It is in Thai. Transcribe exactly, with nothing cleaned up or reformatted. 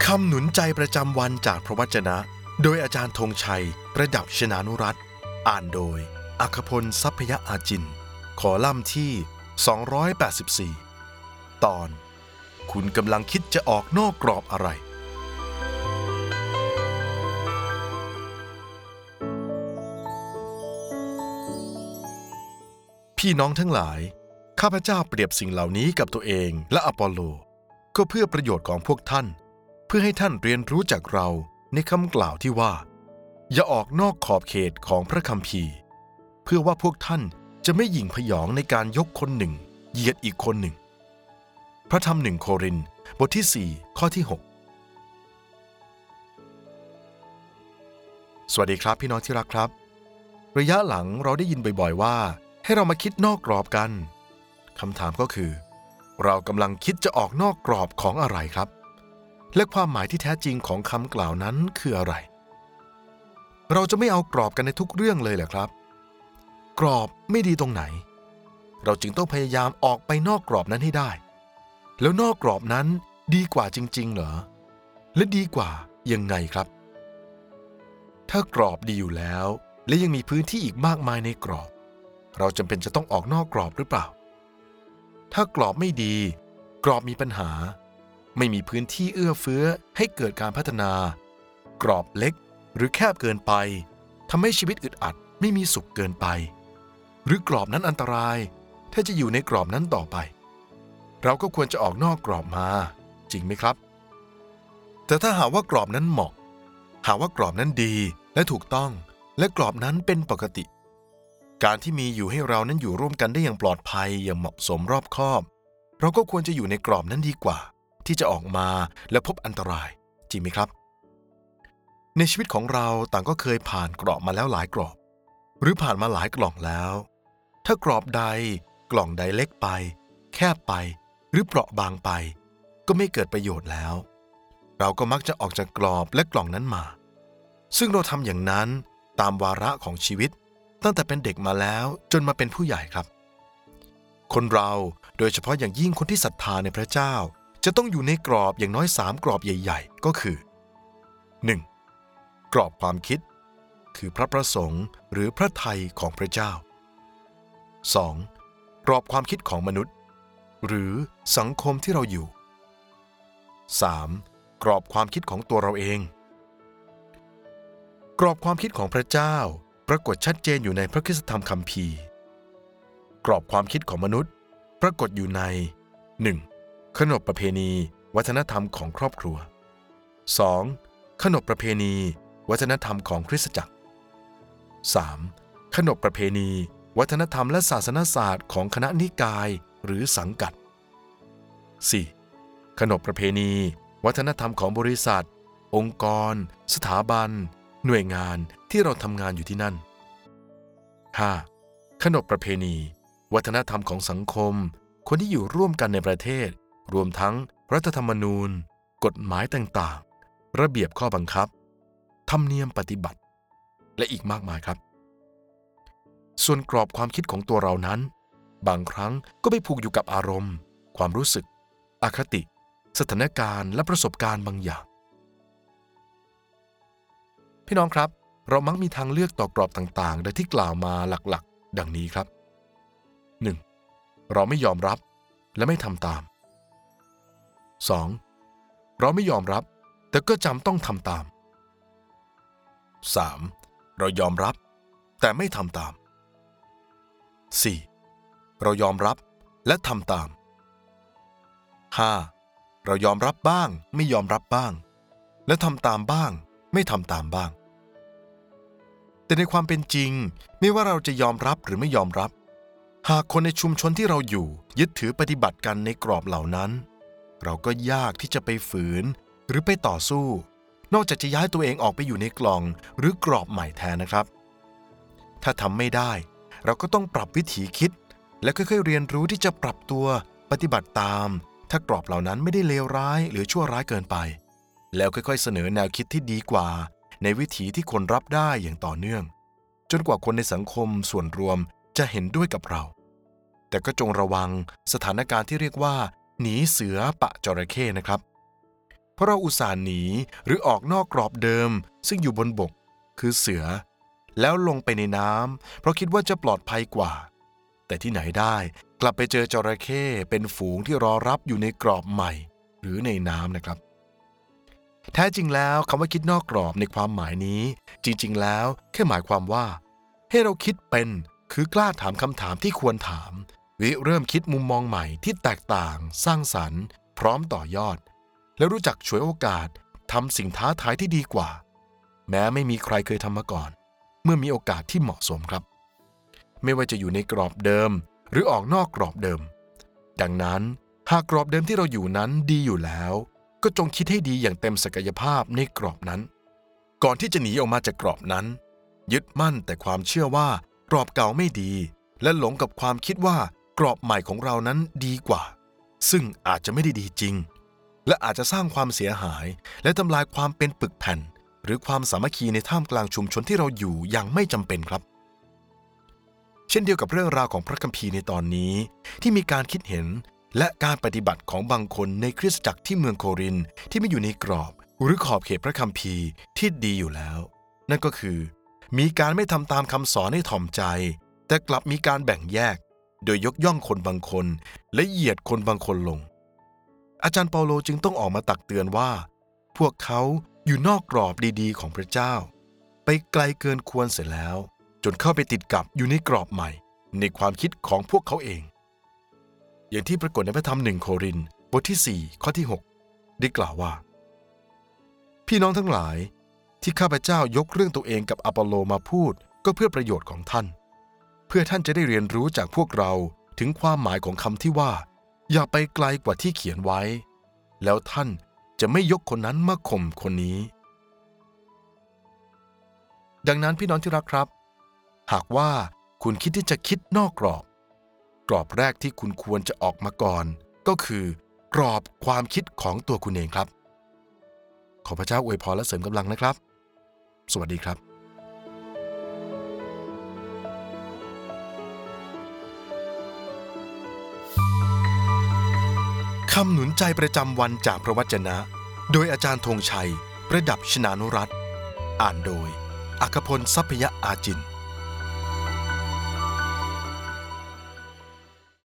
คำหนุนใจประจำวันจากพระวจนะโดยอาจารย์ธงชัยประดับชนานุรัตน์อ่านโดยอัครพลทรัพยอาจินคอลัมน์ที่สองร้อยแปดสิบสี่ตอนคุณกำลังคิดจะออกนอกกรอบอะไรพี่น้องทั้งหลายข้าพเจ้าเปรียบสิ่งเหล่านี้กับตัวเองและอปอลโลก็เพื่อประโยชน์ของพวกท่านเพื่อให้ท่านเรียนรู้จากเราในคำกล่าวที่ว่าอย่าออกนอกขอบเขตของพระคัมภีร์เพื่อว่าพวกท่านจะไม่หยิ่งพยองในการยกคนหนึ่งเหยียดอีกคนหนึ่งพระธรรมหนึ่งโครินธ์บทที่สี่ข้อที่หกสวัสดีครับพี่น้องที่รักครับระยะหลังเราได้ยินบ่อยๆว่าให้เรามาคิดนอกกรอบกันคำถามก็คือเรากำลังคิดจะออกนอกกรอบของอะไรครับและความหมายที่แท้จริงของคำกล่าวนั้นคืออะไรเราจะไม่เอากรอบกันในทุกเรื่องเลยเหรอครับกรอบไม่ดีตรงไหนเราจึงต้องพยายามออกไปนอกกรอบนั้นให้ได้แล้วนอกกรอบนั้นดีกว่าจริงๆเหรอและดีกว่ายังไงครับถ้ากรอบดีอยู่แล้วและยังมีพื้นที่อีกมากมายในกรอบเราจำเป็นจะต้องออกนอกกรอบหรือเปล่าถ้ากรอบไม่ดีกรอบมีปัญหาไม่มีพื้นที่เอื้อเฟื้อให้เกิดการพัฒนากรอบเล็กหรือแคบเกินไปทำให้ชีวิตอึดอัดไม่มีสุขเกินไปหรือกรอบนั้นอันตรายถ้าจะอยู่ในกรอบนั้นต่อไปเราก็ควรจะออกนอกกรอบมาจริงไหมครับแต่ถ้าหากว่ากรอบนั้นเหมาะหากว่ากรอบนั้นดีและถูกต้องและกรอบนั้นเป็นปกติการที่มีอยู่ให้เรานั้นอยู่ร่วมกันได้อย่างปลอดภัยอย่างเหมาะสมรอบคอบเราก็ควรจะอยู่ในกรอบนั้นดีกว่าที่จะออกมาและพบอันตรายจริงไหมครับในชีวิตของเราต่างก็เคยผ่านกรอบมาแล้วหลายกรอบหรือผ่านมาหลายกล่องแล้วถ้ากรอบใดกล่องใดเล็กไปแคบไปหรือเปราะบางไปก็ไม่เกิดประโยชน์แล้วเราก็มักจะออกจากกรอบและกล่องนั้นมาซึ่งเราทำอย่างนั้นตามวาระของชีวิตตั้งแต่เป็นเด็กมาแล้วจนมาเป็นผู้ใหญ่ครับคนเราโดยเฉพาะอย่างยิ่งคนที่ศรัทธาในพระเจ้าจะต้องอยู่ในกรอบอย่างน้อยสามกรอบใหญ่ๆก็คือ หนึ่ง. กรอบความคิดคือพระประสงค์หรือพระทัยของพระเจ้า สอง. กรอบความคิดของมนุษย์หรือสังคมที่เราอยู่ สาม. กรอบความคิดของตัวเราเองกรอบความคิดของพระเจ้าปรากฏชัดเจนอยู่ในพระคริสตธรรมคัมภีร์กรอบความคิดของมนุษย์ปรากฏอยู่ใน หนึ่ง. ขนบประเพณีวัฒนธรรมของครอบครัว สอง. ขนบประเพณีวัฒนธรรมของคริสตจักร สาม. ขนบประเพณีวัฒนธรรมและศาสนศาสตร์ของคณะนิกายหรือสังกัด สี่. ขนบประเพณีวัฒนธรรมของบริษัทองค์กรสถาบันหน่วยงานที่เราทำงานอยู่ที่นั่น ห้า. ขนบประเพณีวัฒนธรรมของสังคมคนที่อยู่ร่วมกันในประเทศรวมทั้งรัฐธรรมนูญกฎหมายต่างๆระเบียบข้อบังคับธรรมเนียมปฏิบัติและอีกมากมายครับส่วนกรอบความคิดของตัวเรานั้นบางครั้งก็ไปผูกอยู่กับอารมณ์ความรู้สึกอคติสถานการณ์และประสบการณ์บางอย่างพี่น้องครับเรามักมีทางเลือกต่อกรอบต่างๆโดยที่กล่าวมาหลักๆดังนี้ครับ หนึ่ง. เราไม่ยอมรับและไม่ทำตาม สอง. เราไม่ยอมรับแต่ก็จำต้องทำตาม สาม. เรายอมรับแต่ไม่ทำตาม สี่. เรายอมรับและทำตาม ห้า. เรายอมรับบ้างไม่ยอมรับบ้างและทำตามบ้างไม่ทำตามบ้างแต่ในความเป็นจริงไม่ว่าเราจะยอมรับหรือไม่ยอมรับหากคนในชุมชนที่เราอยู่ยึดถือปฏิบัติกันในกรอบเหล่านั้นเราก็ยากที่จะไปฝืนหรือไปต่อสู้นอกจากจะย้ายตัวเองออกไปอยู่ในกล่องหรือกรอบใหม่แทนนะครับถ้าทำไม่ได้เราก็ต้องปรับวิถีคิดและค่อยๆเรียนรู้ที่จะปรับตัวปฏิบัติตามถ้ากรอบเหล่านั้นไม่ได้เลวร้ายหรือชั่วร้ายเกินไปแล้วค่อยๆเสนอแนวคิดที่ดีกว่าในวิถีที่คนรับได้อย่างต่อเนื่องจนกว่าคนในสังคมส่วนรวมจะเห็นด้วยกับเราแต่ก็จงระวังสถานการณ์ที่เรียกว่าหนีเสือปะจระเข้นะครับเพราะเราอุตส่าห์หนีหรือออกนอกกรอบเดิมซึ่งอยู่บนบกคือเสือแล้วลงไปในน้ำเพราะคิดว่าจะปลอดภัยกว่าแต่ที่ไหนได้กลับไปเจอจระเข้เป็นฝูงที่รอรับอยู่ในกรอบใหม่หรือในน้ำนะครับแท้จริงแล้วคำว่าคิดนอกกรอบในความหมายนี้จริงๆแล้วแค่หมายความว่าให้เราคิดเป็นคือกล้าถามคำถามที่ควรถามริเริ่มคิดมุมมองใหม่ที่แตกต่างสร้างสรรค์พร้อมต่อยอดและรู้จักฉวยโอกาสทำสิ่งท้าทายที่ดีกว่าแม้ไม่มีใครเคยทำมาก่อนเมื่อมีโอกาสที่เหมาะสมครับไม่ว่าจะอยู่ในกรอบเดิมหรือออกนอกกรอบเดิมดังนั้นหากกรอบเดิมที่เราอยู่นั้นดีอยู่แล้วก็จงคิดให้ดีอย่างเต็มศักยภาพในกรอบนั้นก่อนที่จะหนีออกมาจากกรอบนั้นยึดมั่นแต่ความเชื่อว่ากรอบเก่าไม่ดีและหลงกับความคิดว่ากรอบใหม่ของเรานั้นดีกว่าซึ่งอาจจะไม่ได้ดีจริงและอาจจะสร้างความเสียหายและทำลายความเป็นปึกแผ่นหรือความสามัคคีในท่ามกลางชุมชนที่เราอยู่อย่างไม่จำเป็นครับเช่นเดียวกับเรื่องราวของพระคัมภีร์ในตอนนี้ที่มีการคิดเห็นและการปฏิบัติของบางคนในคริสตจักรที่เมืองโครินธ์ที่ไม่อยู่ในกรอบหรือขอบเขตพระคัมภีร์ที่ดีอยู่แล้วนั่นก็คือมีการไม่ทำตามคำสอนให้ถ่อมใจแต่กลับมีการแบ่งแยกโดยยกย่องคนบางคนและเหยียดคนบางคนลงอาจารย์เปาโลจึงต้องออกมาตักเตือนว่าพวกเขาอยู่นอกกรอบดีๆของพระเจ้าไปไกลเกินควรเสียแล้วจนเข้าไปติดกับอยู่ในกรอบใหม่ในความคิดของพวกเขาเองอย่างที่ปรากฏในพระธรรมหนึ่งโครินธ์บทที่สี่ข้อที่หกได้กล่าวว่าพี่น้องทั้งหลายที่ข้าพเจ้ายกเรื่องตัวเองกับอปอโลมาพูดก็เพื่อประโยชน์ของท่านเพื่อท่านจะได้เรียนรู้จากพวกเราถึงความหมายของคำที่ว่าอย่าไปไกลกว่าที่เขียนไว้แล้วท่านจะไม่ยกคนนั้นมาข่มคนนี้ดังนั้นพี่น้องที่รักครับหากว่าคุณคิดที่จะคิดนอกกรอบกรอบแรกที่คุณควรจะออกมาก่อนก็คือกรอบความคิดของตัวคุณเองครับขอพระเจ้าอวยพรและเสริมกำลังนะครับสวัสดีครับคำหนุนใจประจำวันจากพระวจนะโดยอาจารย์ธงชัยประดับชนานุรัตน์อ่านโดยอัครพลทรัพยอาจิน